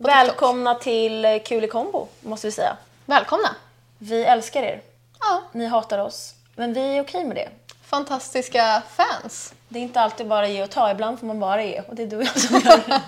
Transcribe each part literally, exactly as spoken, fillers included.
Välkomna till Kul i kombo, måste vi säga. Välkomna. Vi älskar er. Ja. Ni hatar oss, men vi är okej med det. Fantastiska fans. Det är inte alltid bara ge och ta, ibland får man bara ge. Och det är du och jag som gör det.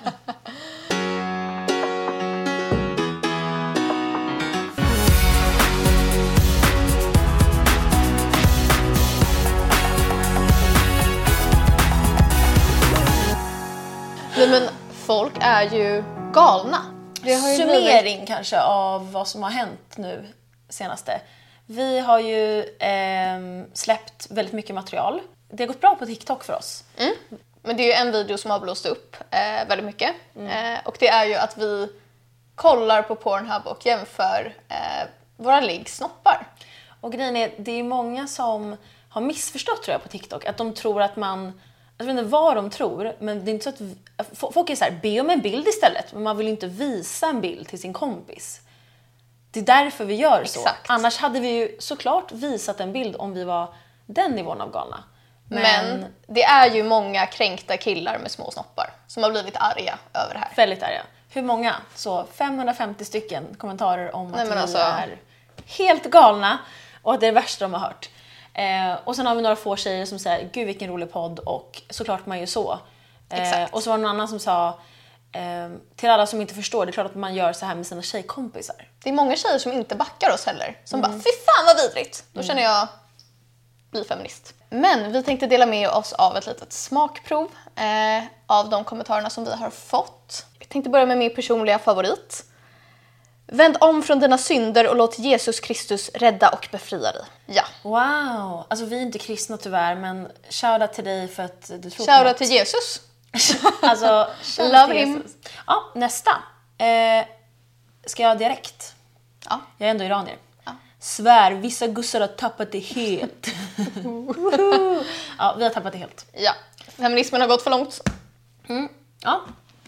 Nej, men folk är ju galna. Det har ju Summering blivit... kanske av vad som har hänt nu senaste. Vi har ju eh, släppt väldigt mycket material. Det har gått bra på TikTok för oss. Mm. Men det är ju en video som har blåst upp eh, väldigt mycket. Mm. Eh, och det är ju att vi kollar på Pornhub och jämför eh, våra liggsnoppar. Och grejen är, det är många som har missförstått tror jag på TikTok. Att de tror att man... Jag vet inte vad de tror, men det är inte så att vi, folk är så här, be om en bild istället, men man vill inte visa en bild till sin kompis. Det är därför vi gör så. Exakt. Annars hade vi ju såklart visat en bild om vi var den nivån av galna. Men, men det är ju många kränkta killar med små snoppar som har blivit arga över det här. Väldigt arga. Hur många? Så femhundrafemtio stycken kommentarer om att Nej, vi alltså... är helt galna och att det är det värsta de har hört. Eh, och sen har vi några få tjejer som säger gud vilken rolig podd och såklart man ju så. Eh, och så var det någon annan som sa eh, till alla som inte förstår, det är klart att man gör så här med sina tjejkompisar. Det är många tjejer som inte backar oss heller. Som mm. bara, fy fan vad vidrigt. Då mm. känner jag, bli feminist. Men vi tänkte dela med oss av ett litet smakprov eh, av de kommentarerna som vi har fått. Jag tänkte börja med min personliga favorit. Vänd om från dina synder och låt Jesus Kristus rädda och befria dig. Ja. Wow. Alltså vi är inte kristna tyvärr, men shoutout till dig för att du tror shoutout på till Jesus. Alltså, love him. Jesus. Ja, nästa. Eh, ska jag direkt? Ja. Jag är ändå iranier. Ja. Svär, vissa gussar har tappat det helt. Ja, vi har tappat det helt. Ja. Feminismen har gått för långt. Mm. Ja.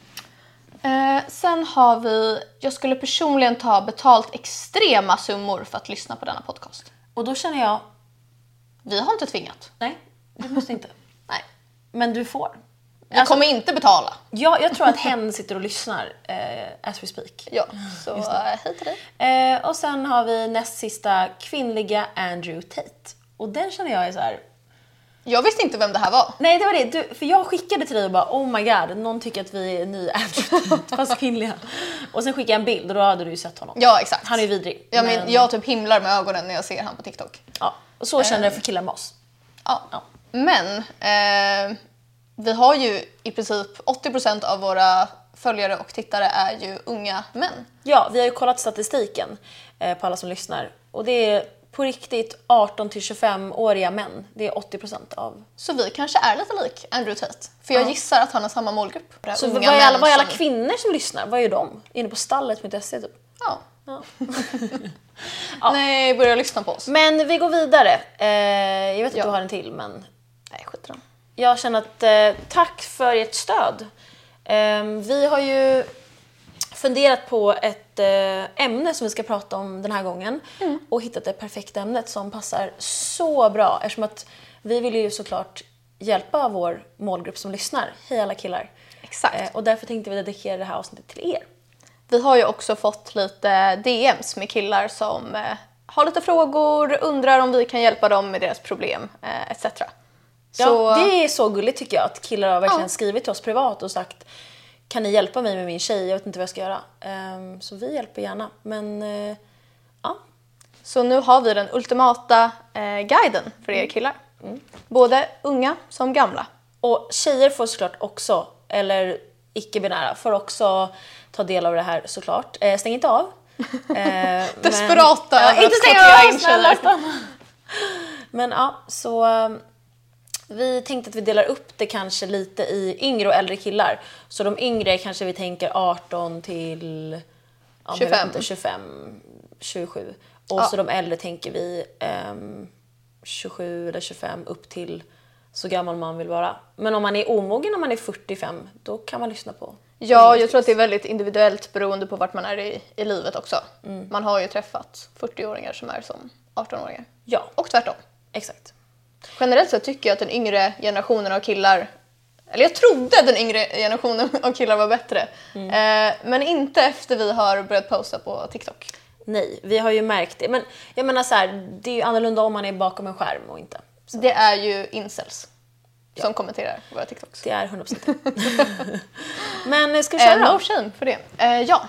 Eh, sen har vi, jag skulle personligen ta betalt extrema summor för att lyssna på denna podcast. Och då känner jag, vi har inte tvingat. Nej, du måste inte. Nej. Men du får. Jag alltså, kommer inte betala. Ja, jag tror att hen sitter och lyssnar eh, as we speak. Ja, så hej till dig. Eh, och sen har vi näst sista kvinnliga Andrew Tate. Och den känner jag är så här. Jag visste inte vem det här var. Nej, det var det. Du, för jag skickade till dig och bara, oh my god, någon tycker att vi är ny Andrew, fast kvinnliga. Och sen skickade jag en bild och då hade du ju sett honom. Ja, exakt. Han är ju vidrig. Ja, men... men jag typ himlar med ögonen när jag ser han på TikTok. Ja, och så känner jag för killar med oss. Ja, ja. Men eh, vi har ju i princip åttio procent av våra följare och tittare är ju unga män. Ja, vi har ju kollat statistiken eh, på alla som lyssnar. Och det är... på riktigt arton till tjugofem-åriga män. Det är åttio procent av. Så vi kanske är lite lik Andrew Tate. För jag ja. gissar att han har samma målgrupp. Så vad är, alla, vad är alla som... kvinnor som lyssnar? Vad är de? Inne på stallet punkt se typ? Ja. ja. ja. Nej, börja lyssna på oss. Men vi går vidare. Eh, jag vet att ja. du har en till, men... Nej, skit dem. Jag känner att eh, tack för ert stöd. Eh, vi har ju funderat på ett eh, ämne som vi ska prata om den här gången mm. och hittat det perfekta ämnet som passar så bra eftersom att vi vill ju såklart hjälpa vår målgrupp som lyssnar. Hej alla killar. Exakt. Eh, och därför tänkte vi dedikera det här avsnittet till er. Vi har ju också fått lite D M's med killar som eh, har lite frågor, undrar om vi kan hjälpa dem med deras problem eh, et cetera. Så... Ja, det är så gulligt tycker jag att killar har verkligen ja. skrivit till oss privat och sagt kan ni hjälpa mig med min tjej? Jag vet inte vad jag ska göra. Um, så vi hjälper gärna. Men uh, ja. Så nu har vi den ultimata uh, guiden för er killar. Mm. Både unga som gamla. Och tjejer får såklart också, eller icke-binära, får också ta del av det här såklart. Uh, stäng inte av. Uh, Desperata. Men, ja, inte stänga av, snälla. Men ja, så... Um, vi tänkte att vi delar upp det kanske lite i yngre och äldre killar. Så de yngre kanske vi tänker arton till ja, tjugofem. Inte, tjugofem, tjugosju. Och ja. så de äldre tänker vi um, tjugosju eller tjugofem upp till så gammal man vill vara. Men om man är omogen när man är fyrtiofem, då kan man lyssna på. Ja, jag tror att det är väldigt individuellt beroende på vart man är i, i livet också. Mm. Man har ju träffat fyrtio-åringar som är som arton-åringar. Ja. Och tvärtom. Exakt. Generellt så tycker jag att den yngre generationen av killar Eller jag trodde den yngre generationen av killar var bättre. Mm. Eh, men inte efter vi har börjat posta på TikTok. Nej, vi har ju märkt det. Men jag menar så här, det är ju annorlunda om man är bakom en skärm och inte. Så. Det är ju incels ja. som kommenterar våra TikToks. Det är hundra procent. Men ska vi köra eh, No shame för det. Eh, ja.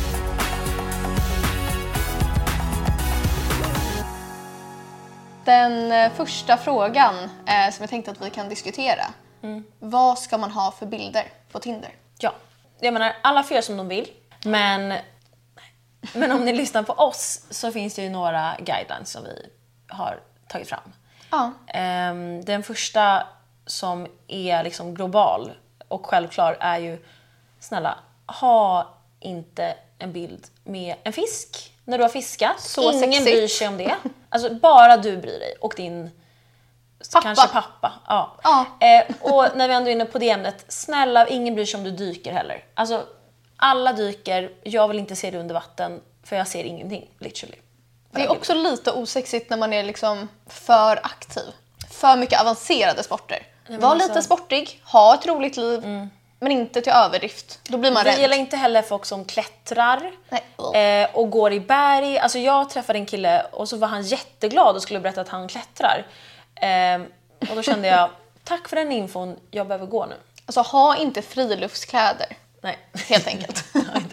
Den eh, första frågan eh, som jag tänkte att vi kan diskutera. Mm. Vad ska man ha för bilder på Tinder? Ja, jag menar alla får göra som de vill. Men, men om ni lyssnar på oss så finns det ju några guidelines som vi har tagit fram. Ja. Um, den första som är liksom global och självklar är ju, snälla, ha inte en bild med en fisk när du har fiskat. Så Ingen sexigt. bryr sig om det. Alltså bara du bryr dig och din pappa. Kanske pappa. Ja. Ja. Eh, och när vi ändå är inne på det ämnet, snälla, ingen bryr sig om du dyker heller. Alltså alla dyker, jag vill inte se det under vatten för jag ser ingenting, literally. Det är också lite osexigt när man är liksom för aktiv. För mycket avancerade sporter. Nej, Var alltså... lite sportig, ha ett roligt liv, mm. men inte till överdrift. Då blir man Vi rädd. gillar inte heller folk som klättrar eh, och går i berg. Alltså jag träffade en kille och så var han jätteglad och skulle berätta att han klättrar. Eh, och då kände jag, tack för den infon, jag behöver gå nu. Alltså ha inte friluftskläder. Nej. Helt enkelt.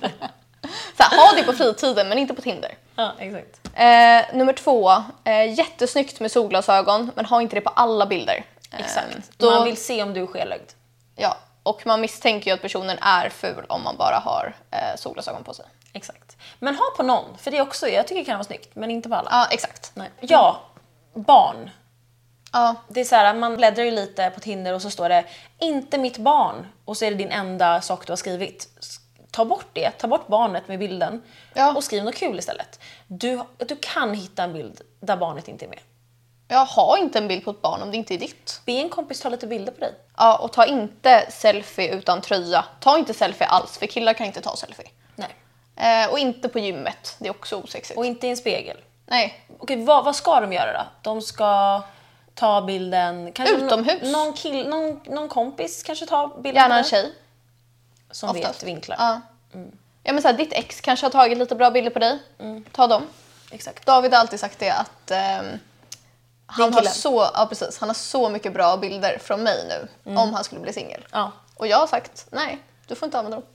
Så här, ha det på fritiden men inte på Tinder. Ja, exakt. Eh, nummer två, eh, jättesnyggt med solglasögon men ha inte det på alla bilder. Exakt. Eh, då... Man vill se om du är skelögd. Ja, och man misstänker ju att personen är ful om man bara har eh, solglasögon på sig. Exakt. Men ha på någon, för det är också, jag tycker det kan vara snyggt, men inte på alla. Ja, exakt. Nej. Ja, barn. Ja. Det är så här, man bläddrar ju lite på Tinder och så står det inte mitt barn och så är det din enda sak du har skrivit. Ta bort det, ta bort barnet med bilden ja. och skriv något kul istället. Du, du kan hitta en bild där barnet inte är med. Jag har inte en bild på ett barn om det inte är ditt. Be en kompis ta lite bilder på dig. Ja, och ta inte selfie utan tröja. Ta inte selfie alls, för killar kan inte ta selfie. Nej. Eh, och inte på gymmet, det är också osexigt. Och inte i en spegel. Nej. Okej, vad, vad ska de göra då? De ska ta bilden... Kanske utomhus. Någon, någon, kill, någon, någon kompis kanske tar bilden. Gärna en tjej. Som oftast vet vinklar. Ja. Mm. Ja, men så här, ditt ex kanske har tagit lite bra bilder på dig. Mm. Ta dem. Exakt. David har alltid sagt det att um, han, har så, ja, precis, han har så mycket bra bilder från mig nu mm. om han skulle bli singel. Ja. Och jag har sagt nej, du får inte använda dem.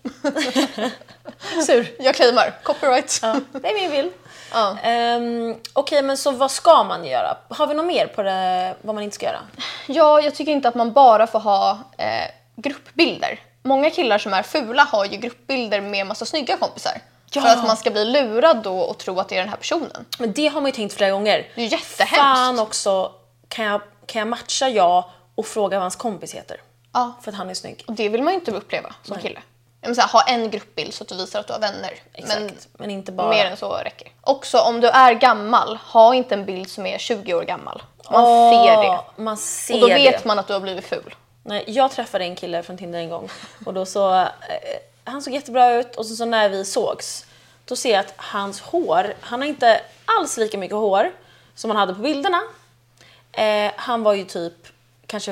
Sur. Jag claimar. Copyright. Ja, det är min bild. Ja. Um, Okej, okay, men så vad ska man göra? Har vi något mer på det, vad man inte ska göra? Ja, jag tycker inte att man bara får ha eh, gruppbilder. Många killar som är fula har ju gruppbilder med massa snygga kompisar. Ja. För att man ska bli lurad då och tro att det är den här personen. Men det har man ju tänkt flera gånger. Det är jättehemskt. Fan också, kan jag, kan jag matcha jag och fråga vad hans kompis heter? Ja. För att han är snygg. Och det vill man ju inte uppleva som Nej. kille. Jag menar, ha en gruppbild så att du visar att du har vänner. Exakt, men, men inte bara... mer än så räcker. Också om du är gammal, ha inte en bild som är tjugo år gammal. Man oh, ser det. Man ser och då vet det. man att du har blivit ful. Nej, jag träffade en kille från Tinder en gång och då så eh, han såg jättebra ut och så, så när vi sågs då ser jag att hans hår, han har inte alls lika mycket hår som han hade på bilderna. Eh, han var ju typ kanske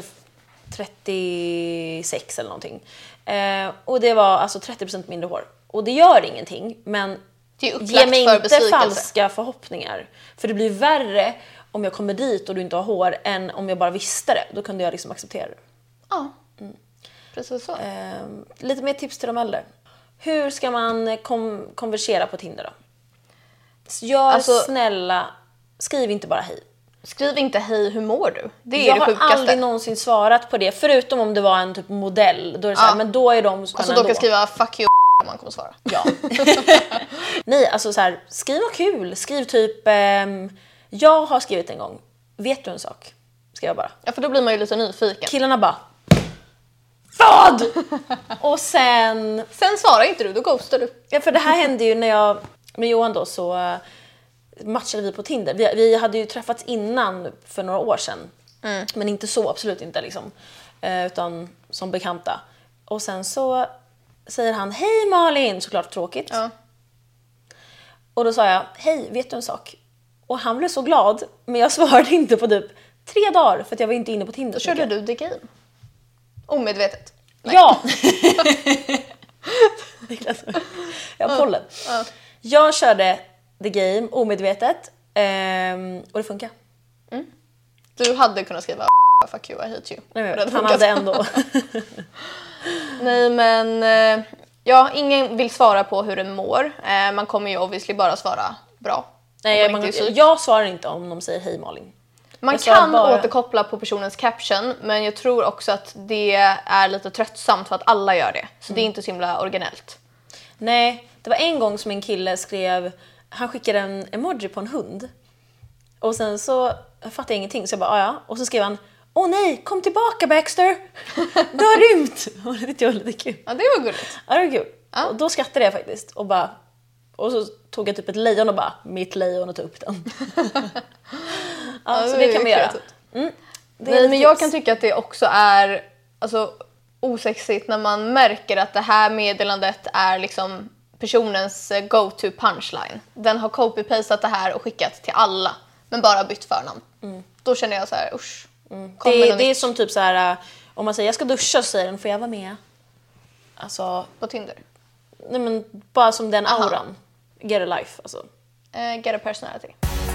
trettiosex eller någonting. Eh, och det var alltså trettio procent mindre hår. Och det gör ingenting, men det är ge mig för inte falska förhoppningar. För det blir värre om jag kommer dit och du inte har hår än om jag bara visste det. Då kunde jag liksom acceptera det. Ja, mm. precis så. Eh, lite mer tips till de äldre. Hur ska man kom- konversera på Tinder då? Gör alltså, snälla, skriv inte bara hej. Skriv inte hej, hur mår du? Det är jag det sjukaste. Jag har aldrig någonsin svarat på det, förutom om det var en typ modell. Då är det så här, ja. Men då är de alltså då kan skriva fuck you om man kommer svara. Ja. Nej, alltså så här, skriv något kul. Skriv typ, ehm, jag har skrivit en gång, vet du en sak? Ska jag bara. Ja, för då blir man ju lite nyfiken. Killarna bara, vad? Och sen... Sen svarar inte du, då ghostar du. Ja, för det här hände ju när jag med Johan då så matchade vi på Tinder. Vi, vi hade ju träffats innan för några år sedan. Mm. Men inte så, absolut inte liksom. Eh, utan som bekanta. Och sen så säger han, hej Malin, såklart tråkigt. Ja. Och då sa jag, hej, vet du en sak? Och han blev så glad, men jag svarade inte på typ tre dagar för att jag var inte inne på Tinder. Då körde du the game. Omedvetet. Nej. Ja! Jag har pollen. Uh, uh. Jag körde the game omedvetet um, och det funkar. Mm. Du hade kunnat skriva fuck you, I hate you. Nej, men, han hade ändå. Nej, men ja, ingen vill svara på hur den mår. Man kommer ju obviously bara svara bra. Nej, man, jag svarar inte om de säger hej Malin. Man kan bara återkoppla på personens caption, men jag tror också att det är lite tröttsamt för att alla gör det. Så mm. det är inte så himla originellt. Nej, det var en gång som en kille skrev, han skickade en emoji på en hund. Och sen så fattade jag ingenting, så jag bara, ja. Och så skrev han, åh nej, kom tillbaka Baxter! Du har rymt! Och det tyckte jag var lite kul. Ja, det var gulligt. Ja, det var kul. Ja. Och då skrattade jag faktiskt. Och, bara, och så tog jag typ ett lejon och bara, mitt lejon och tog upp den. Ja, ja, så det, det kan man göra. Mm, nej, men jag kan tycka att det också är alltså, osexigt när man märker att det här meddelandet är liksom personens go-to punchline. Den har copy-pastat det här och skickat till alla, men bara bytt förnamn. Mm. Då känner jag så här, usch. Mm. Det, det är som typ så här, om man säger jag ska duscha, så säger den, får jag vara med? Alltså, på Tinder? Nej, men bara som den auran. Aha. Get a life, alltså. Uh, get a personality.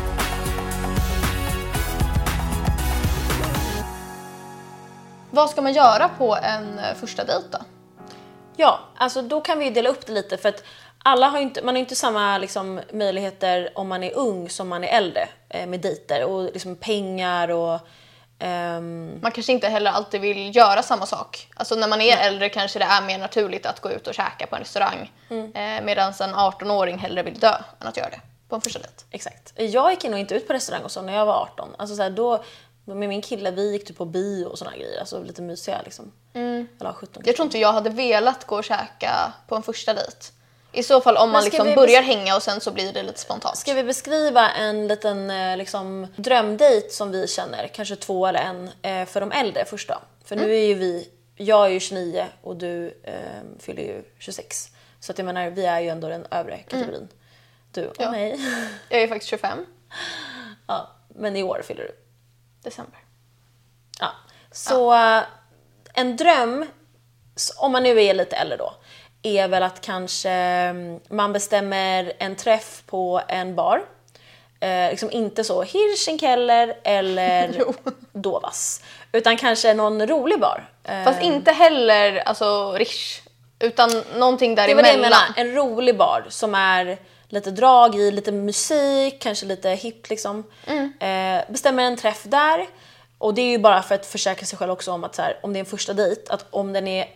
Vad ska man göra på en första dejt då? Ja, alltså då kan vi ju dela upp det lite, för att alla har inte, man har inte samma liksom, möjligheter om man är ung som man är äldre eh, med dejter och liksom pengar och um... man kanske inte heller alltid vill göra samma sak. Alltså när man är Nej. äldre kanske det är mer naturligt att gå ut och käka på en restaurang mm. eh, medan en arton-åring hellre vill dö än att göra det på en första dejt. Exakt. Jag gick nog inte ut på restaurang och så när jag var arton. Alltså så här, då med min kille, vi gick typ på bio och såna grejer, alltså lite mysiga liksom. Mm. Eller sjutton. Jag tror inte jag hade velat gå och käka på en första dejt. I så fall om man liksom börjar hänga och sen så blir det lite spontant. Ska vi beskriva en liten liksom, drömdejt som vi känner, kanske två eller en, för de äldre först då? För mm. nu är ju vi, jag är ju tjugonio och du eh, fyller ju tjugosex. Så att jag menar, vi är ju ändå den övre kategorin. Mm. Du och ja. mig. Jag är faktiskt tjugofem. Ja, men i år fyller du. December. Ja, så ja. En dröm, om man nu är lite äldre då, är väl att kanske man bestämmer en träff på en bar. Eh, liksom inte så Hirschenkeller eller Dovas, utan kanske någon rolig bar. Eh, Fast inte heller alltså Rish, utan någonting däremellan. Det var det jag menar, en rolig bar som är lite drag i, lite musik, kanske lite hip liksom. Mm. Eh, bestämmer en träff där. Och det är ju bara för att försäkra sig själv också om att så här, om det är en första dejt, att om den är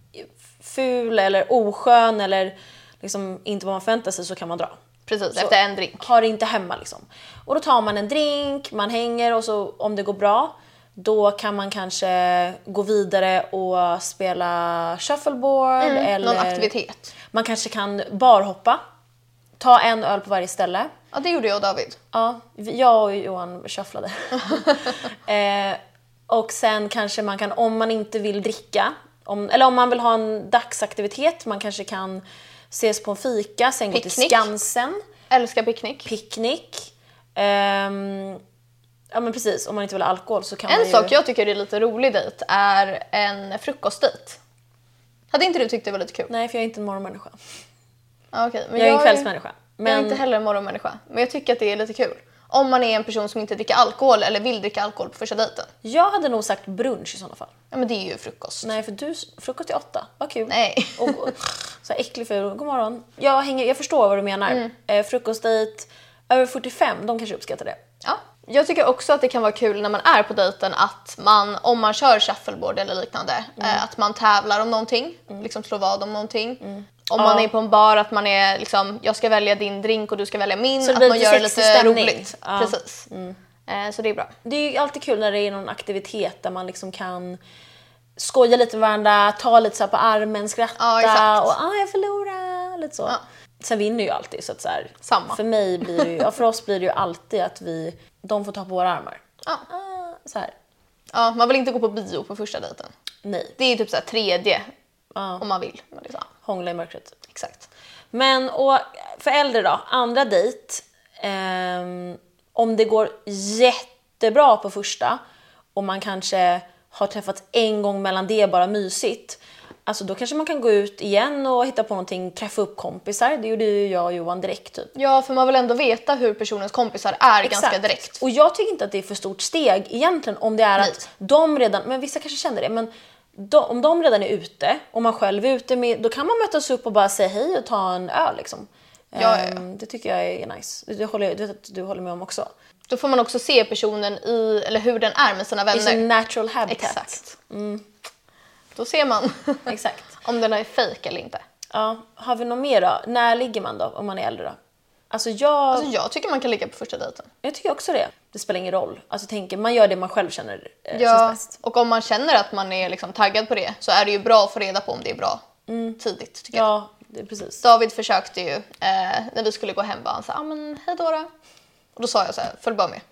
ful eller oskön eller liksom inte vad man förväntar sig, så kan man dra. Precis, så efter en drink. Har det inte hemma liksom. Och då tar man en drink, man hänger, och så om det går bra, då kan man kanske gå vidare och spela shuffleboard. Mm, eller någon aktivitet. Man kanske kan barhoppa. Ta en öl på varje ställe. Ja, det gjorde jag och David. Ja, jag och Johan shufflade. eh, och sen kanske man kan, om man inte vill dricka, om, eller om man vill ha en dagsaktivitet, man kanske kan ses på en fika, sen picknick. Gå till Skansen. Älskar picknick. Picknick. Um, ja men precis, om man inte vill ha alkohol så kan en man ju... sak jag tycker är lite rolig dejt är en frukostdejt. Hade inte du tyckt det var lite kul? Nej, för jag är inte en morgonmänniska. Ah, okay. men jag är jag en kvällsmänniska. Men... Jag är inte heller en morgonmänniska. Men jag tycker att det är lite kul. Om man är en person som inte dricker alkohol eller vill dricka alkohol på första dejten. Jag hade nog sagt brunch i sådana fall. Ja, men det är ju frukost. Nej, för du, frukost är åtta. Vad kul. Nej. Och, så här äcklig för god morgon. Jag, hänger, jag förstår vad du menar. Mm. Eh, frukostdejt över fyrtiofem, de kanske uppskattar det. Ja. Jag tycker också att det kan vara kul när man är på dejten att man, om man kör shuffleboard eller liknande, mm. eh, att man tävlar om någonting, mm. liksom slår vad om någonting. Mm. Om ja. man är på en bar, att man är liksom, jag ska välja din drink och du ska välja min, så att man gör det lite stämning. roligt. Ja. Precis. Mm. Eh, så det är bra. Det är ju alltid kul när det är någon aktivitet där man liksom kan skoja lite med varandra, ta lite så här på armen, skratta ja, och ah, jag förlorar, lite så. Ja. Sen vinner ju alltid, så att så här, samma. För mig blir det ju, ja, för oss blir det ju alltid att vi, de får ta på våra armar. Ja. Ah, så här. Ja, man vill inte gå på bio på första dejten. Nej. Det är ju typ så här tredje ja. om man vill. Men det är så. Hångla i mörkret. Exakt. Men och för äldre då, andra dejt, eh, om det går jättebra på första och man kanske har träffats en gång mellan det, bara mysigt, alltså då kanske man kan gå ut igen och hitta på någonting, träffa upp kompisar. Det gjorde ju jag och Johan direkt typ. Ja, för man vill ändå veta hur personens kompisar är. Exakt. Ganska direkt. Och jag tycker inte att det är för stort steg egentligen om det är Nej. Att de redan, men vissa kanske känner det, men de, om de redan är ute och man själv är ute med, då kan man mötas upp och bara säga hej och ta en öl liksom. Ja, ja, ja. Um, det tycker jag är nice. Det håller, det vet att du håller med om också. Då får man också se personen i, eller hur den är med sina vänner. I sin natural habitat. Exakt. Mm. Då ser man Exakt. om den är fake eller inte. Ja, har vi något mer då? När ligger man då om man är äldre då? Alltså jag... Alltså jag tycker man kan ligga på första dejten. Jag tycker också det. Det spelar ingen roll. Alltså tänker, man gör det man själv känner eh, ja, känns bäst. Och om man känner att man är liksom taggad på det så är det ju bra att få reda på om det är bra mm. tidigt tycker ja, jag. Det är precis. David försökte ju, eh, när vi skulle gå hem bara han sa, ah, men hej då då. Och då sa jag så här, följ bara med.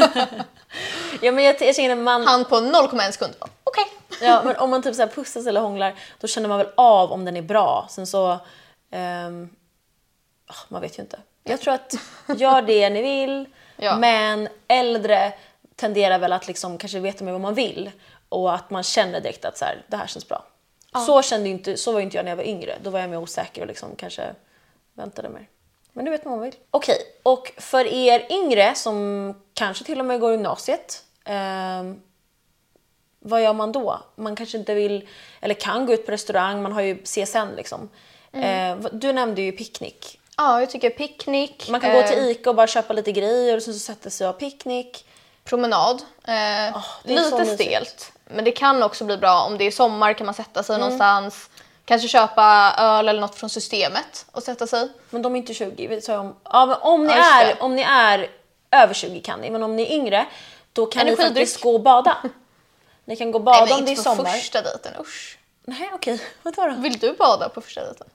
Ja, men jag, jag känner man... Han på noll komma en sekund, okej. Okay. Ja, men om man typ så här pussas eller hånglar, då känner man väl av om den är bra. Sen så, um, oh, man vet ju inte. Jag tror att gör det ni vill, ja. Men äldre tenderar väl att liksom kanske veta med vad man vill. Och att man känner direkt att så här, det här känns bra. Ja. Så, kände inte, så var inte jag när jag var yngre. Då var jag mer osäker och liksom kanske väntade mer. Men nu vet man vad man vill. Okej, och för er yngre som kanske till och med går i gymnasiet. Eh, vad gör man då? Man kanske inte vill, eller kan gå ut på restaurang. Man har ju C S N liksom. Mm. Eh, du nämnde ju picknick. Ja, jag tycker picknick. Man kan eh, gå till Ica och bara köpa lite grejer och sen så sätter sig och picknick. Promenad. Eh, oh, lite stelt. Men det kan också bli bra. Om det är sommar kan man sätta sig mm. någonstans. Kanske köpa öl eller något från systemet och sätta sig. Men de är inte tjugo. Så om, ja, men om, ni ja, är, om ni är över tjugo kan ni. Men om ni är yngre, då kan ni faktiskt gå och bada. Ni kan gå och bada. Nej, om det är sommar. Inte på första dejten, usch. Nej, okej. Okay. Vad var det? Vill du bada på första dejten?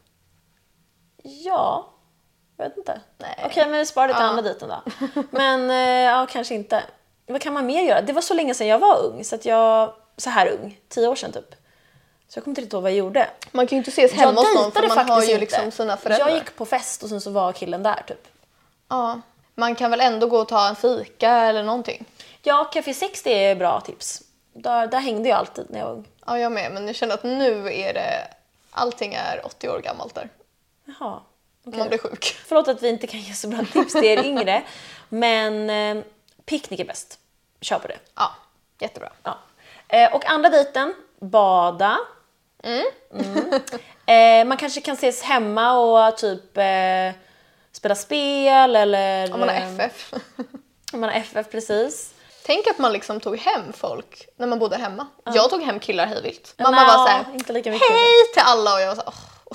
Ja. Jag vet inte. Okej, okay, men vi sparar det till ja. andra dejten då. Men ja, kanske inte. Vad kan man mer göra? Det var så länge sedan jag var ung. Så att jag, så här ung. Tio år sedan typ. Så jag kommer inte riktigt ihåg vad jag gjorde. Man kan ju inte ses hemma hos någon för man har ju liksom sina föräldrar. Jag gick på fest och sen så var killen där typ. Ja, man kan väl ändå gå och ta en fika eller någonting. Ja, Café sextio är bra tips. Där, där hängde jag alltid när jag var ung. Ja, jag med. Men jag känner att nu är det, allting är åttio år gammalt där. Jaha. Okay. Man blir sjuk. Förlåt att vi inte kan ge så bra tips till er yngre. Men eh, picknick är bäst. Kör på det. Ja, jättebra. Ja. Eh, och andra dejten, bada. Mm. Mm. Eh, man kanske kan ses hemma och typ eh, spela spel eller... Om man har F F. Om man har F F, precis. Tänk att man liksom tog hem folk när man bodde hemma. Uh. Jag tog hem killar hejvilt. Mamma no, var såhär, inte lika mycket hej till alla och jag var såhär, oh.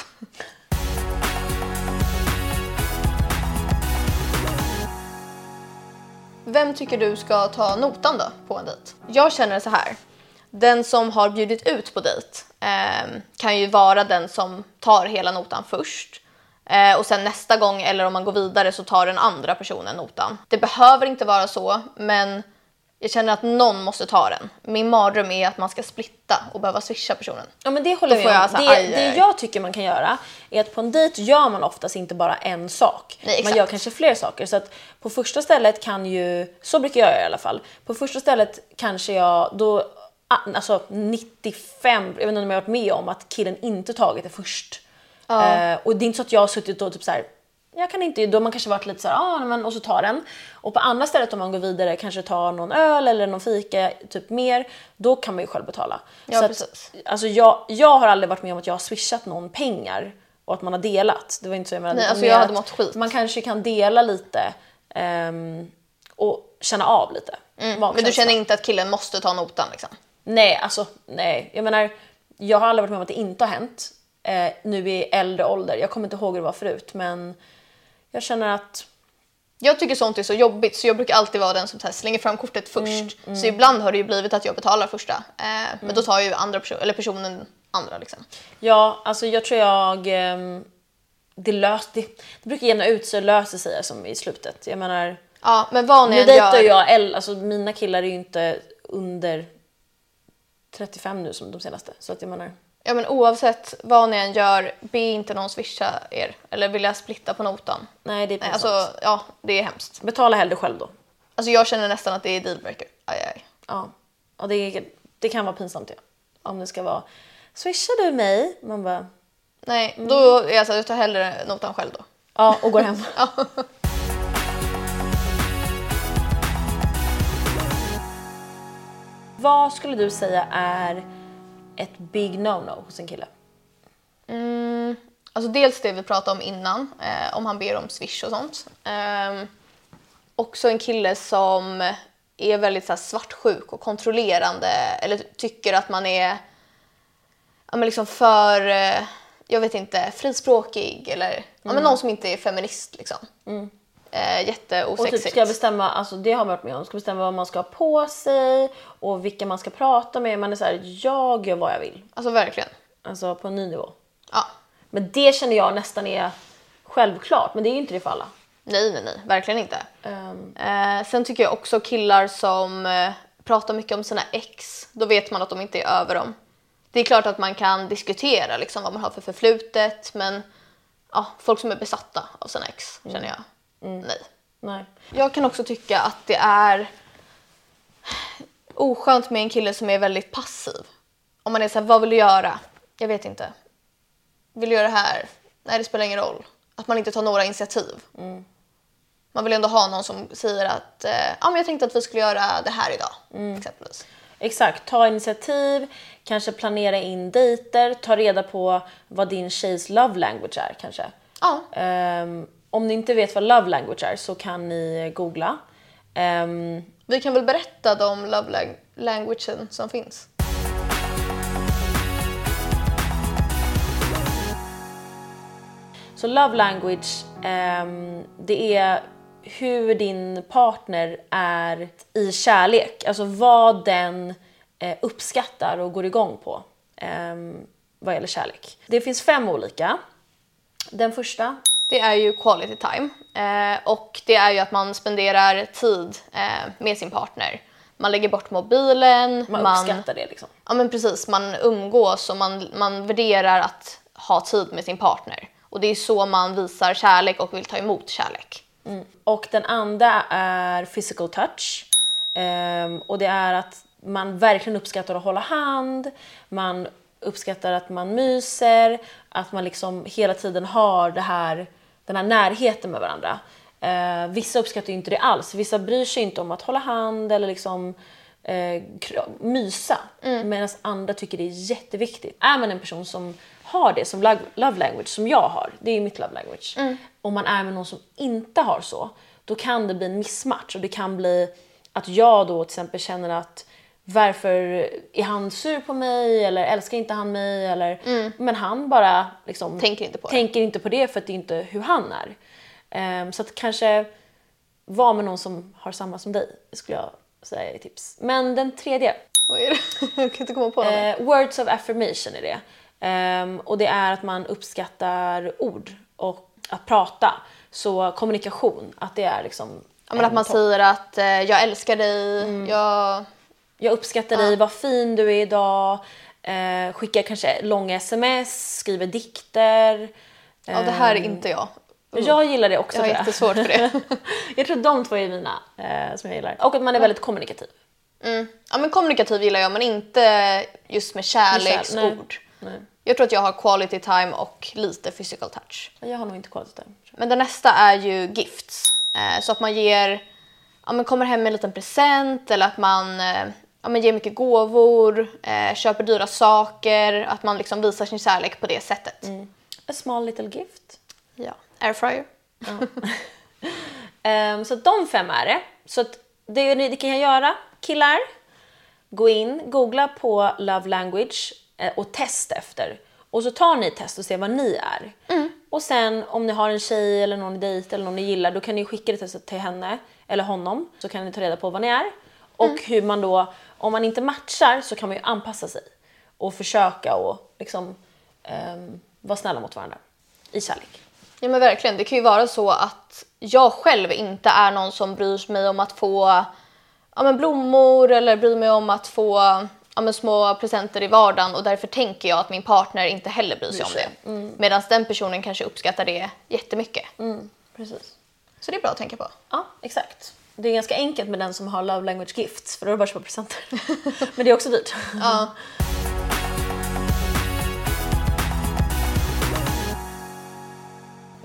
Vem tycker du ska ta notan då på en dejt? Jag känner så här. Den som har bjudit ut på dejt eh, kan ju vara den som tar hela notan först. Eh, och sen nästa gång eller om man går vidare så tar den andra personen notan. Det behöver inte vara så, men jag känner att någon måste ta den. Min mardröm är att man ska splitta och behöva swisha personen. Ja, men det håller jag med om. Det, aj, det jag tycker man kan göra är att på en dejt gör man oftast inte bara en sak. Nej, man gör kanske fler saker. Så att på första stället kan ju, så brukar jag göra i alla fall. På första stället kanske jag då, alltså nittiofem, jag vet inte om jag har varit med om att killen inte tagit det först. Ja. Eh, och det är inte så att jag har suttit och typ så här, jag kan inte, då har man kanske varit lite så här, ah, men, och så tar den. Och på andra stället om man går vidare kanske tar någon öl eller någon fika typ mer, då kan man ju själv betala. Ja, så precis. Att, alltså jag, jag har aldrig varit med om att jag har swishat någon pengar och att man har delat. Det var inte så jag menade. Nej, alltså jag hade mått skit. Man kanske kan dela lite um, och känna av lite. Mm. Men du känner inte att killen måste ta notan liksom? Nej, alltså nej. Jag menar, jag har aldrig varit med om att det inte har hänt. Eh, nu i äldre ålder. Jag kommer inte ihåg hur det var förut, men jag känner att... Jag tycker sånt är så jobbigt, så jag brukar alltid vara den som så här slänger fram kortet först. Mm, mm. Så ibland har det ju blivit att jag betalar första. Eh, mm. Men då tar ju andra person, eller personen andra liksom. Ja, alltså jag tror jag... Eh, det, löst, det, det brukar jämna ut så löser sig som i slutet. Jag menar... Ja, men vad ni än gör... jag, alltså mina killar är ju inte under trettiofem nu som de senaste. Så att jag menar... Ja, men oavsett vad ni än gör, be inte någon swisha er. Eller vilja splitta på notan. Nej, det är Nej, alltså, ja, det är hemskt. Betala hellre själv då. Alltså jag känner nästan att det är dealbreaker. Aj, aj. Ja, ja det, det kan vara pinsamt, ja. Om det ska vara swishar du mig? Man bara... Nej, mm. då är jag så här, jag tar hellre notan själv då. Ja, och går hem. Ja. Vad skulle du säga är ett big no-no hos en kille? Mm, alltså dels det vi pratade om innan, eh, om han ber om swish och sånt. Eh, också en kille som är väldigt så här, svartsjuk och kontrollerande eller tycker att man är ja, men liksom för, eh, jag vet inte, frispråkig eller mm. ja, men någon som inte är feminist liksom. Mm. Eh, jätteosexigt. Och typ ska bestämma, alltså det har man varit med om, ska bestämma vad man ska ha på sig och vilka man ska prata med. Man är så här, jag gör vad jag vill. Alltså verkligen. Alltså på en ny nivå. Ja. Men det känner jag nästan är självklart, men det är ju inte det för alla. Nej, nej, nej, verkligen inte. Um. Eh, sen tycker jag också killar som eh, pratar mycket om sina ex, då vet man att de inte är över dem. Det är klart att man kan diskutera liksom, vad man har för förflutet, men ja, folk som är besatta av sina ex, mm. känner jag. Mm. Nej. Nej. Jag kan också tycka att det är oskönt med en kille som är väldigt passiv. Om man är så här, vad vill du göra? Jag vet inte. Vill du göra det här? Nej, det spelar ingen roll. Att man inte tar några initiativ. Mm. Man vill ändå ha någon som säger att eh, ja, men jag tänkte att vi skulle göra det här idag. Mm. Exempelvis. Exakt, ta initiativ, kanske planera in dejter, ta reda på vad din tjejs love language är kanske. Ja. Um, om ni inte vet vad love language är så kan ni googla. Um, vi kan väl berätta de love lang- languagen som finns. Så love language, um, det är hur din partner är i kärlek. Alltså vad den eh, uppskattar och går igång på um, vad gäller kärlek. Det finns fem olika. Den första. Det är ju quality time. Eh, och det är ju att man spenderar tid eh, med sin partner. Man lägger bort mobilen. Man, man uppskattar det liksom. Ja men precis, man umgås och man, man värderar att ha tid med sin partner. Och det är så man visar kärlek och vill ta emot kärlek. Mm. Och den andra är physical touch. Um, och det är att man verkligen uppskattar att hålla hand. Man uppskattar att man myser. Att man liksom hela tiden har det här, den här närheten med varandra. Uh, vissa uppskattar ju inte det alls. Vissa bryr sig inte om att hålla hand eller liksom uh, mysa. Mm. Medan andra tycker det är jätteviktigt. Är man en person som har det som love language som jag har, det är mitt love language. Mm. Om man är med någon som inte har så, då kan det bli en missmatch och det kan bli att jag då till exempel känner att varför är han sur på mig eller älskar inte han mig eller mm. men han bara liksom tänker inte på det. Tänker inte på det för att det är inte hur han är. Um, så att kanske vara med någon som har samma som dig, skulle jag säga är tips. Men den tredje. Vad är det? Jag kan inte komma på det. Uh, words of affirmation är det. Um, och det är att man uppskattar ord och att prata. Så kommunikation, att det är liksom... Ja, men att man topp. säger att eh, jag älskar dig, mm. jag... Jag uppskattar ja. dig, vad fin du är idag. Eh, skickar kanske långa sms, skriver dikter. Ja, det här är inte jag. Mm. Jag gillar det också. Jag har jättesvårt för det. Jag tror de två är mina eh, som jag gillar. Och att man är väldigt kommunikativ. Mm. Ja, men kommunikativ gillar jag, men inte just med kärleksord. Nej. Jag tror att jag har quality time och lite physical touch. Jag har nog inte quality time. Men det nästa är ju gifts. Eh, så att man ger, ja, men kommer hem med en liten present eller att man eh, ja, men ger mycket gåvor, eh, köper dyra saker. Att man liksom visar sin kärlek på det sättet. Mm. A small little gift. Ja, airfryer. Ja. um, så de fem är det. Så att det ni kan jag göra, killar, gå in, googla på love language och testa efter. Och så tar ni ett test och ser vad ni är. Mm. Och sen om ni har en tjej eller någon i dejt eller någon ni gillar, då kan ni skicka det testet till henne eller honom. Så kan ni ta reda på vad ni är. Och mm. hur man då, om man inte matchar så kan man ju anpassa sig. Och försöka och liksom um, vara snälla mot varandra i kärlek. Ja men verkligen, det kan ju vara så att jag själv inte är någon som bryr mig om att få ja, men blommor eller bryr mig om att få ja, men små presenter i vardagen och därför tänker jag att min partner inte heller bryr sig om det. Mm. Medan den personen kanske uppskattar det jättemycket. Mm, precis. Så det är bra att tänka på. Ja, exakt. Det är ganska enkelt med den som har love language gifts för då är det bara att köpa presenter. Men det är också dyrt. Ja.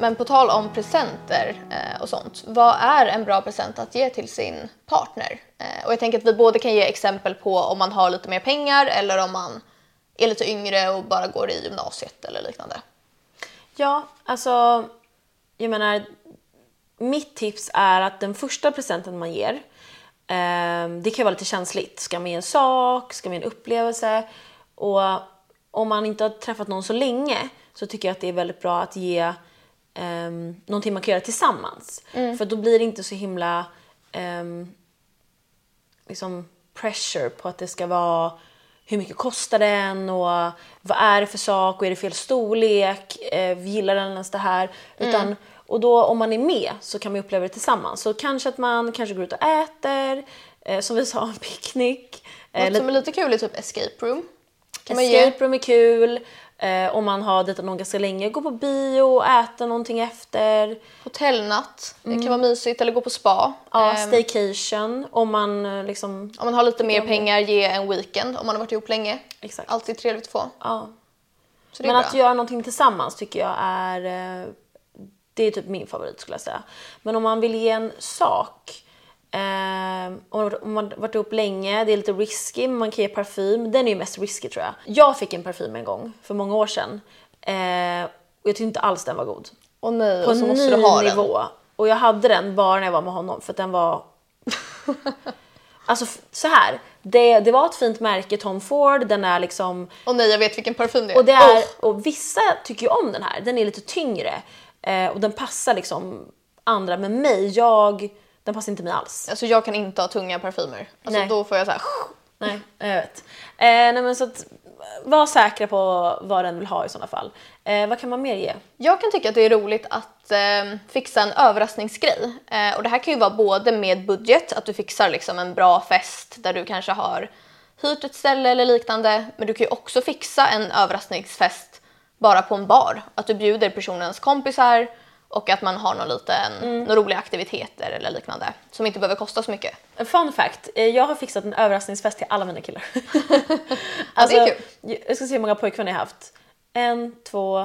Men på tal om presenter eh, och sånt, vad är en bra present att ge till sin partner? Eh, och jag tänker att vi både kan ge exempel på om man har lite mer pengar eller om man är lite yngre och bara går i gymnasiet eller liknande. Ja, alltså jag menar, mitt tips är att den första presenten man ger, eh, det kan vara lite känsligt. Ska man ge en sak, ska man ge en upplevelse? Och om man inte har träffat någon så länge så tycker jag att det är väldigt bra att ge Um, någonting man kan göra tillsammans. Mm. För då blir det inte så himla um, liksom pressure på att det ska vara hur mycket kostar den och vad är det för sak och är det fel storlek, uh, gillar den ens det här, mm. utan, och då om man är med så kan man uppleva det tillsammans. Så kanske att man kanske går ut och äter, uh, som vi sa, en picknick. Något uh, som är lite kul är typ escape room. Kan escape man room är kul. Eh, om man har dejtat någon ganska länge, gå på bio och äta någonting efter. Hotellnatt, mm. det kan vara mysigt, eller gå på spa. Ja, staycation, om man liksom... Om man har lite mer pengar, ge en weekend om man har varit ihop länge. Exakt. Alltid trevligt att få. Ja. Så men att göra någonting tillsammans tycker jag är... Det är typ min favorit skulle jag säga. Men om man vill ge en sak... Um, om man varit upp länge, det är lite risky, men man kan ge parfym. Den är ju mest risky tror jag. Jag fick en parfym en gång för många år sedan uh, och jag tyckte inte alls den var god. Och nej, på och så en måste ny du ha nivå den. Och jag hade den bara när jag var med honom, för att den var alltså så här. Det, det var ett fint märke, Tom Ford. Den är liksom... Och nej, jag vet vilken parfym det är. Och, det är, oh. och vissa tycker ju om den här. Den är lite tyngre uh, och den passar liksom andra. Men mig, jag... Den passar inte mig alls. Alltså jag kan inte ha tunga parfymer. Alltså nej. Då får jag så här... Nej, jag vet. Eh, nej men så att var säkra på vad den vill ha i sådana fall. Eh, vad kan man mer ge? Jag kan tycka att det är roligt att eh, fixa en överraskningsgrej. Eh, och det här kan ju vara både med budget, att du fixar liksom en bra fest där du kanske har hyrt ett ställe eller liknande. Men du kan ju också fixa en överraskningsfest bara på en bar. Att du bjuder personens kompisar. Och att man har någon liten, mm. några roliga aktiviteter eller liknande. Som inte behöver kosta så mycket. Fun fact. Jag har fixat en överraskningsfest till alla mina killar. Alltså, det är kul. Jag ska se hur många pojkvänner jag har haft. En, två,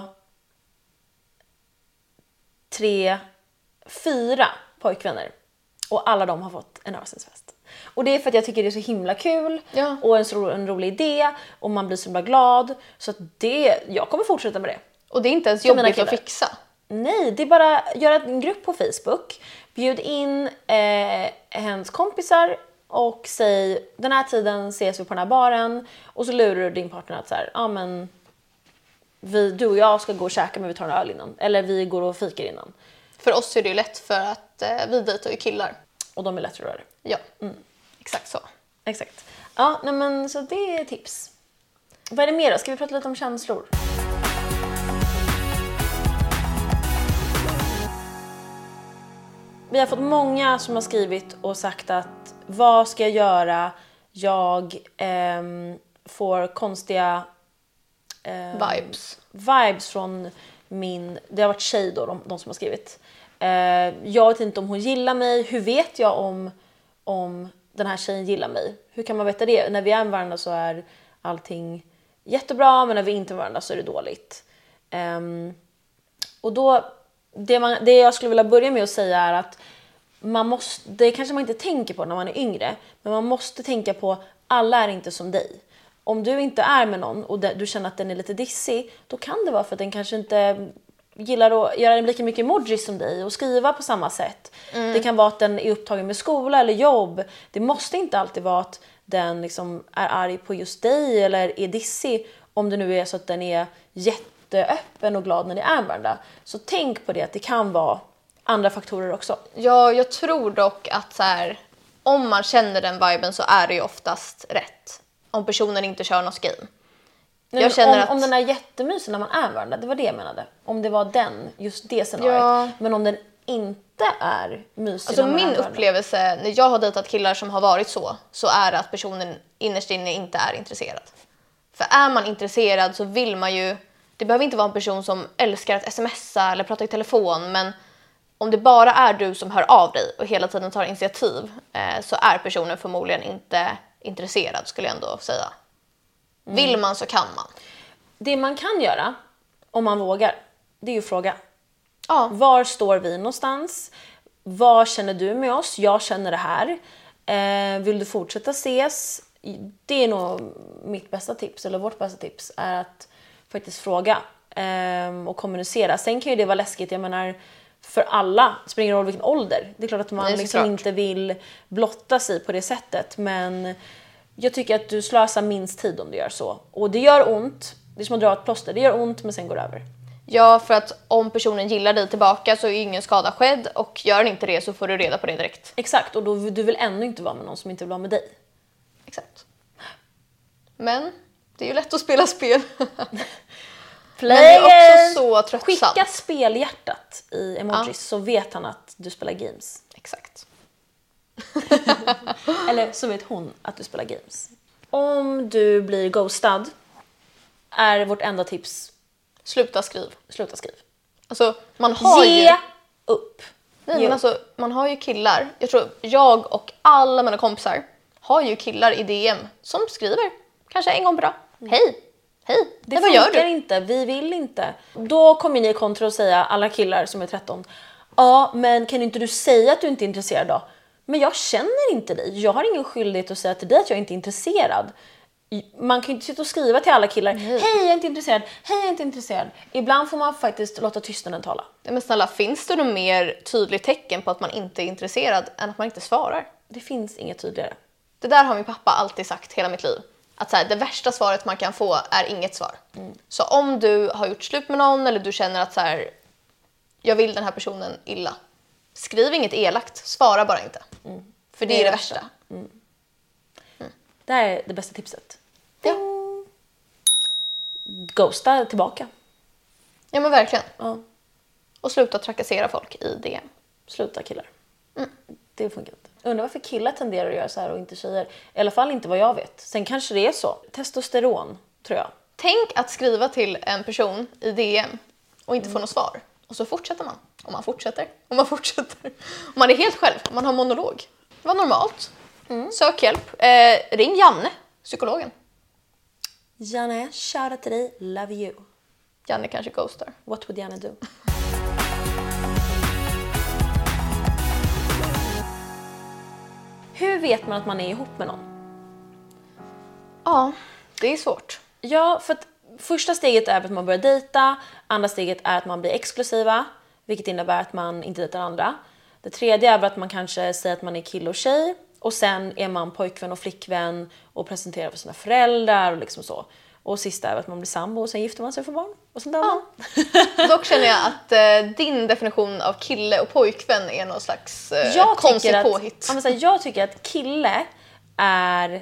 tre, fyra pojkvänner. Och alla de har fått en överraskningsfest. Och det är för att jag tycker det är så himla kul. Ja. Och en, så, en rolig idé. Och man blir så himla glad. Så att det, jag kommer fortsätta med det. Och det är inte ens jobbigt att fixa. Nej, det är bara att göra en grupp på Facebook. Bjud in eh, hennes kompisar och säg den här tiden ses vi på den här baren. Och så lurar du din partner att så här, ja men vi, du och jag ska gå och käka men vi tar en öl innan. Eller vi går och fikar innan. För oss är det ju lätt för att eh, vi dejtar ju killar. Och de är lättare att röra. Ja, mm. Exakt så. Exakt. Ja, nej men så det är tips. Vad är det mer då? Ska vi prata lite om känslor? Vi har fått många som har skrivit och sagt att vad ska jag göra? Jag eh, får konstiga eh, vibes. vibes från min... Det har varit tjej då, de, de som har skrivit. Eh, jag vet inte om hon gillar mig. Hur vet jag om, om den här tjejen gillar mig? Hur kan man veta det? När vi är med varandra så är allting jättebra, men när vi inte är med varandra så är det dåligt. Eh, och då... Det, man, det jag skulle vilja börja med att säga är att man måste, det kanske man inte tänker på när man är yngre, men man måste tänka på alla är inte som dig. Om du inte är med någon och du känner att den är lite dissig, då kan det vara för att den kanske inte gillar att göra lika mycket emojis som dig och skriva på samma sätt. Mm. Det kan vara att den är upptagen med skola eller jobb. Det måste inte alltid vara att den liksom är arg på just dig eller är dissig, om det nu är så att den är jätteöppen och glad när det är varandra. Så tänk på det, att det kan vara andra faktorer också. Ja, jag tror dock att så här, om man känner den viben så är det ju oftast rätt. Om personen inte kör något game. Nej, jag känner om, att... om den är jättemysig när man är varandra, det var det jag menade. Om det var den, just det scenariot. Ja. Men om den inte är mysig alltså när man min är varandra. Upplevelse när jag har dejtat killar som har varit så, så är det att personen innerst inne inte är intresserad. För är man intresserad så vill man ju, det behöver inte vara en person som älskar att smsa eller prata i telefon, men om det bara är du som hör av dig och hela tiden tar initiativ, eh, så är personen förmodligen inte intresserad, skulle jag ändå säga. Mm. Vill man så kan man. Det man kan göra, om man vågar, det är ju fråga. Ja. Var står vi någonstans? Vad känner du med oss? Jag känner det här. Eh, vill du fortsätta ses? Det är nog mitt bästa tips, eller vårt bästa tips, är att faktiskt fråga eh, och kommunicera. Sen kan ju det vara läskigt, jag menar, för alla, spelar ingen roll vilken ålder. Det är klart att man liksom inte vill blotta sig på det sättet, men jag tycker att du slösar minst tid om du gör så. Och det gör ont, det är som att dra ett plåster, det gör ont men sen går det över. Ja, för att om personen gillar dig tillbaka så är ingen skada skedd, och gör den inte det så får du reda på det direkt. Exakt, och då, du vill ändå inte vara med någon som inte vill vara med dig. Exakt. Men det är ju lätt att spela spel. Men det är också så tröttsamt. Skicka spelhjärtat i emojis, ja. Så vet han att du spelar games. Exakt. Eller så vet hon att du spelar games. Om du blir ghostad är vårt enda tips: sluta skriv. Sluta skriv. Alltså, man har Ge ju... upp. Nej, men alltså, man har ju killar. Jag tror jag och alla mina kompisar har ju killar i D M som skriver kanske en gång per dag. Mm. Hej, hej, det Nej, vad gör du? Inte, vi vill inte. Då kommer ni i kontra och säga, alla killar som är tretton, ja, men kan inte du säga att du inte är intresserad då? Men jag känner inte dig. Jag har ingen skyldighet att säga till dig att jag inte är intresserad. Man kan ju inte sitta och skriva till alla killar, hej, jag är inte intresserad, hej, jag är inte intresserad. Ibland får man faktiskt låta tystnaden tala. Ja, men snälla, finns det något mer tydligt tecken på att man inte är intresserad än att man inte svarar? Det finns inget tydligare. Det där har min pappa alltid sagt hela mitt liv. Att så här, det värsta svaret man kan få är inget svar. Mm. Så om du har gjort slut med någon, eller du känner att så här, jag vill den här personen illa, skriv inget elakt, svara bara inte. Mm. För det, det är det värsta. värsta. Mm. Mm. Det här är det bästa tipset. Ja. Ghosta tillbaka. Ja, men verkligen. Ja. Och sluta trakassera folk i D M. Sluta killar. Mm. Det funkar inte. Undrar varför killar tenderar att göra så här och inte tjejer. I alla fall inte vad jag vet. Sen kanske det är så. Testosteron, tror jag. Tänk att skriva till en person i D M och inte mm. få något svar. Och så fortsätter man. Och man fortsätter. Och man fortsätter. Och man är helt själv. Man har monolog. Det var normalt. Mm. Sök hjälp. Eh, ring Janne, psykologen. Janne, shoutout till dig. Love you. Janne kanske ghostar. What would Janne do? Hur vet man att man är ihop med någon? Ja, det är svårt. Ja, för att första steget är att man börjar dejta. Andra steget är att man blir exklusiva, vilket innebär att man inte dejtar andra. Det tredje är att man kanske säger att man är kille och tjej. Och sen är man pojkvän och flickvän och presenterar för sina föräldrar och liksom så. Och sista är att man blir sambo och sen gifter man sig för barn. Och sen dör man. Ja. Dock känner jag att eh, din definition av kille och pojkvän är någon slags eh, konstigt att, påhitt. Ja, men så här, jag tycker att kille är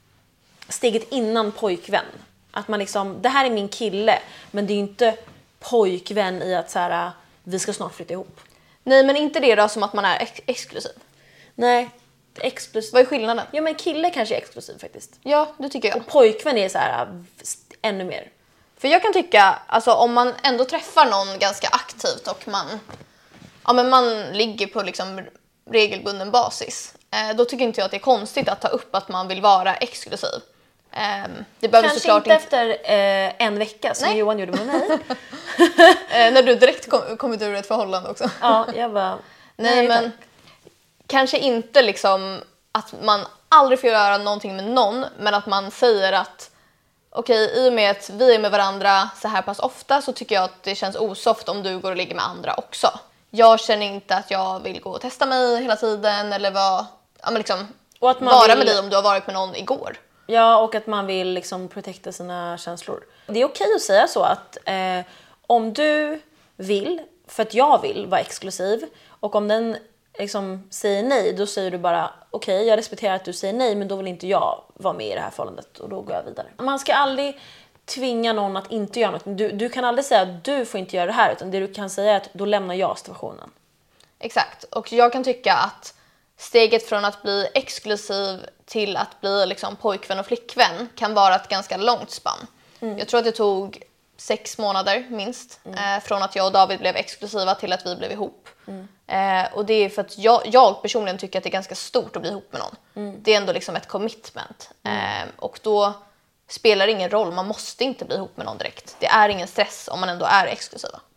steget innan pojkvän. Att man liksom, det här är min kille, men det är ju inte pojkvän i att så här, vi ska snart flytta ihop. Nej, men inte det då som att man är ex- exklusiv. Nej, exklusiv. Vad är skillnaden? Ja, men kille kanske är exklusiv faktiskt. Ja, det tycker jag. Och pojkvän är så här ännu mer. För jag kan tycka, alltså om man ändå träffar någon ganska aktivt och man, ja, men man ligger på liksom regelbunden basis, eh, då tycker inte jag att det är konstigt att ta upp att man vill vara exklusiv. Eh, det behöver kanske såklart inte efter eh, en vecka som Nej. Johan gjorde med mig. eh, när du direkt kom, kommit ur ett förhållande också. Ja, jag bara... Nej, Nej men kanske inte liksom att man aldrig får göra någonting med någon, men att man säger att okej, okay, i och med att vi är med varandra så här pass ofta så tycker jag att det känns osoft om du går och ligger med andra också. Jag känner inte att jag vill gå och testa mig hela tiden eller vara, ja, men liksom, och att man vara vill... med dig om du har varit med någon igår. Ja, och att man vill liksom protekta sina känslor. Det är okej att säga så att eh, om du vill, för att jag vill vara exklusiv, och om den liksom säger nej, då säger du bara okej, okay, jag respekterar att du säger nej, men då vill inte jag vara med i det här förhållandet och då går jag vidare. Man ska aldrig tvinga någon att inte göra något. Du, du kan aldrig säga att du får inte göra det här, utan det du kan säga är att då lämnar jag situationen. Exakt, och jag kan tycka att steget från att bli exklusiv till att bli liksom pojkvän och flickvän kan vara ett ganska långt spann. Mm. Jag tror att det tog sex månader minst mm. eh, från att jag och David blev exklusiva till att vi blev ihop. Mm. Eh, och det är för att jag, jag personligen tycker att det är ganska stort att bli ihop med någon. Mm. Det är ändå liksom ett commitment. Mm. Eh, och då spelar det ingen roll, man måste inte bli ihop med någon direkt. Det är ingen stress om man ändå är exklusiva.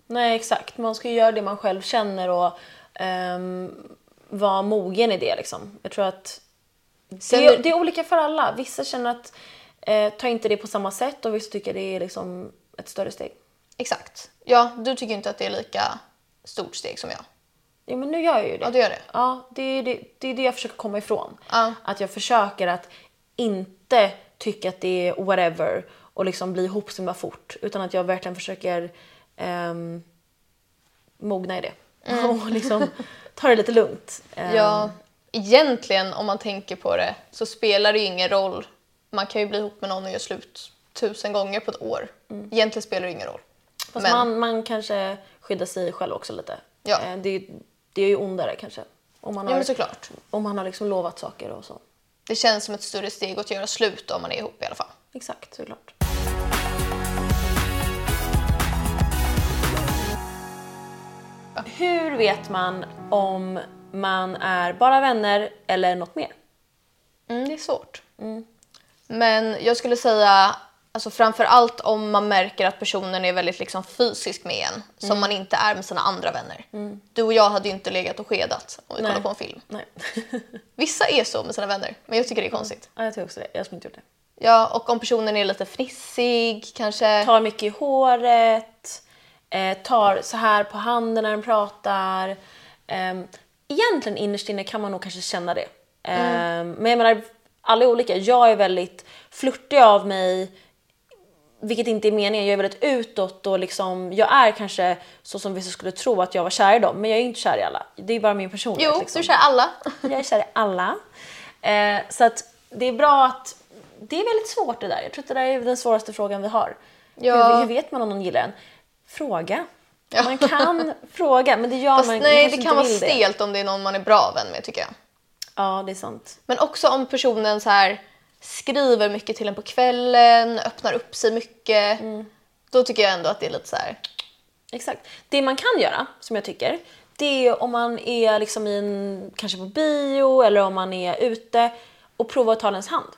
Nej, exakt. Man ska ju göra det man själv känner och um, vara mogen i det liksom. Jag tror att det är, det är olika för alla. Vissa känner att eh, ta inte det på samma sätt och vissa tycker det är liksom ett större steg. Exakt. Ja, du tycker inte att det är lika stort steg som jag. Ja, men nu gör jag ju det. Ja, du gör det. Ja, det är det, det, är det jag försöker komma ifrån. Ja. Att jag försöker att inte tycka att det är whatever och liksom bli ihopsvimma fort. Utan att jag verkligen försöker um, mogna i det. Mm. Och liksom ta det lite lugnt. Um, ja, egentligen om man tänker på det så spelar det ju ingen roll. Man kan ju bli ihop med någon och göra slut tusen gånger på ett år. Mm. Egentligen spelar det ingen roll. Fast Men, man, man kanske skyddar sig själv också lite. Ja. Det, det är ju ondare kanske. Om man har, ja, men såklart. Om man har liksom lovat saker och så. Det känns som ett större steg att göra slut om man är ihop i alla fall. Exakt, såklart. Ja. Hur vet man om man är bara vänner eller något mer? Mm, det är svårt. Mm. Men jag skulle säga, alltså framför allt om man märker att personen är väldigt liksom fysisk med en, mm. som man inte är med sina andra vänner. Mm. Du och jag hade ju inte legat och skedat om vi kollar på en film. Nej. Vissa är så med sina vänner, men jag tycker det är konstigt. Ja, jag tycker också det. Jag skulle inte gjort det. Ja, och om personen är lite fnissig, kanske... Tar mycket i håret, eh, tar så här på handen när den pratar. Eh, egentligen innerst inne kan man nog kanske känna det. Eh, mm. Men jag menar, alla är olika. Jag är väldigt flirtig av mig, vilket inte är meningen. Jag är väldigt utåt och liksom, jag är kanske så som vissa skulle tro att jag var kär i dem. Men jag är inte kär i alla. Det är bara min personlighet. Jo, liksom. du är kär i alla. Jag är kär i alla. Eh, så att det är bra att... Det är väldigt svårt det där. Jag tror att det där är den svåraste frågan vi har. Ja. Hur, hur vet man om någon gillar en? Fråga. Ja. Man kan fråga, men det gör Fast man nej, det kan vara stelt det. Om det är någon man är bra vän med, tycker jag. Ja, det är sant. Men också om personen så här skriver mycket till en på kvällen, öppnar upp sig mycket. Mm. Då tycker jag ändå att det är lite så här... Exakt. Det man kan göra, som jag tycker, det är om man är liksom i en, kanske på bio eller om man är ute och prova att ta ens hand.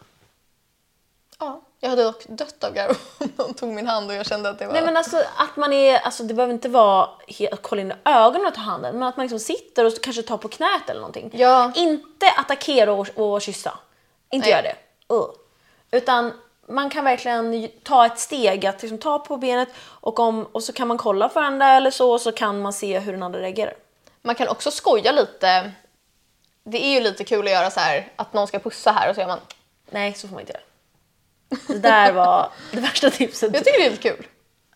Ja, jag hade dock dött av garv om någon tog min hand och jag kände att det var... Nej, men alltså att man är, alltså det behöver inte vara att kolla in i ögonen och ta handen, men att man liksom sitter och kanske tar på knät eller någonting. Ja. Inte attackera och, och kyssa. Inte göra det. Uh. Utan man kan verkligen ta ett steg att liksom ta på benet och, om, och så kan man kolla för varandra eller så och så kan man se hur den andra reagerar. Man kan också skoja lite. Det är ju lite kul att göra så här att någon ska pussa här och så gör man... Nej, så får man inte göra. Det där var det värsta tipset. Jag tycker det är lite kul.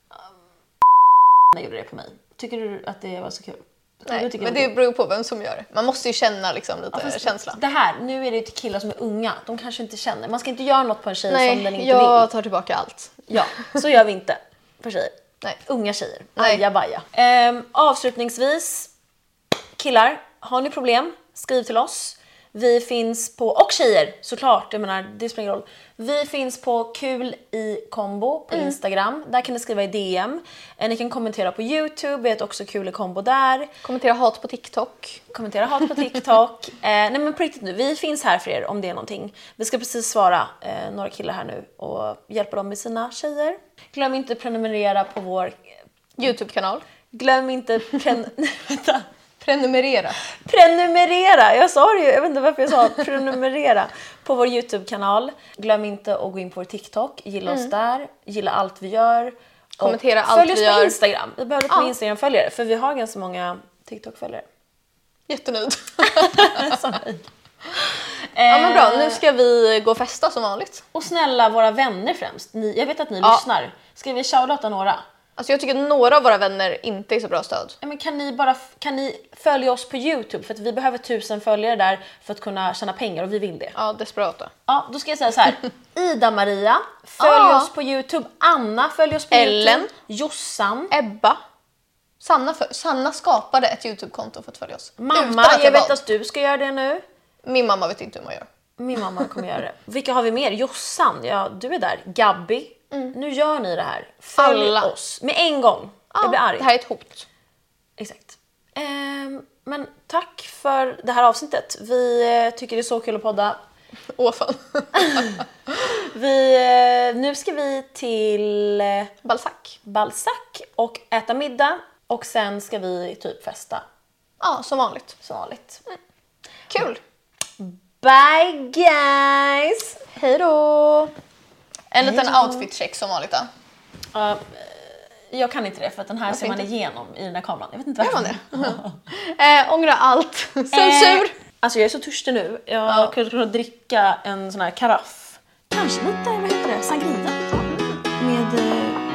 Jag gjorde det på mig. Tycker du att det var så kul? Nej, men det beror på vem som gör det. Man måste ju känna liksom lite ja, känsla. Det här, nu är det till killar som är unga. De kanske inte känner. Man ska inte göra något på en tjej Nej, som den inte jag vill. jag tar tillbaka allt. Ja, så gör vi inte för tjejer. Nej. Unga tjejer. Nej. Ajabaja. Ehm, avslutningsvis, killar, har ni problem? Skriv till oss. Vi finns på, och tjejer såklart, jag menar, det spelar ingen roll. Vi finns på Kul i Kombo på mm. Instagram. Där kan ni skriva i D M. Eh, ni kan kommentera på YouTube, vi heter också Kul i Kombo där. Kommentera hat på TikTok. Kommentera hat på TikTok. eh, nej men på riktigt nu, vi finns här för er om det är någonting. Vi ska precis svara eh, några killar här nu och hjälpa dem med sina tjejer. Glöm inte prenumerera på vår YouTube-kanal. Glöm inte pren... Vänta. Prenumerera. Prenumerera! Jag sa det ju, jag vet inte varför jag sa prenumerera på vår YouTube-kanal. Glöm inte att gå in på vår TikTok, gilla mm. oss där, gilla allt vi gör. Kommentera allt vi gör. Följ oss på Instagram. Vi behöver på ja. Instagram följare för vi har ganska många TikTok-följare. Jättenöjd. Så nöjd. Ja men bra, nu ska vi gå och festa som vanligt. Och snälla våra vänner främst. Ni, jag vet att ni ja. lyssnar. Ska vi shoutouta några? Alltså jag tycker att några av våra vänner inte är så bra stöd. Ja, men kan ni bara kan ni följa oss på YouTube för att vi behöver tusen följare där för att kunna tjäna pengar och vi vill det. Ja, desperata. Ja, då ska jag säga så här. Ida Maria, följ ah. oss på YouTube. Anna, följ oss på Ellen. YouTube. Jossan. Ebba. Sanna, för, Sanna skapade ett YouTube-konto för att följa oss. Mamma, jag, jag vet att du ska göra det nu. Min mamma vet inte hur man gör. Min mamma kommer göra det. Vilka har vi mer? Jossan, ja du är där. Gabby. Mm. Nu gör ni det här. Följ Alla. oss. Med en gång. Ja, jag blir arg. Det här är ett hot. Exakt. Ehm, men tack för det här avsnittet. Vi eh, tycker det är så kul att podda. Åh fan. vi, eh, nu ska vi till... Eh, Balzac. Balzac och äta middag. Och sen ska vi typ festa. Ja, som vanligt. Som vanligt. Mm. Kul! Bye guys! Hej då! En Hej liten då. outfit-check som vanligt då. Uh, jag kan inte det för att den här Varför ser man inte? igenom i den här kameran. Jag vet inte varför. eh, ångra allt. Censur! Eh, alltså jag är så törstig nu. Jag Ja. kunde kunna dricka en sån här karaff. Kanske lite, vad heter det, sangria. Med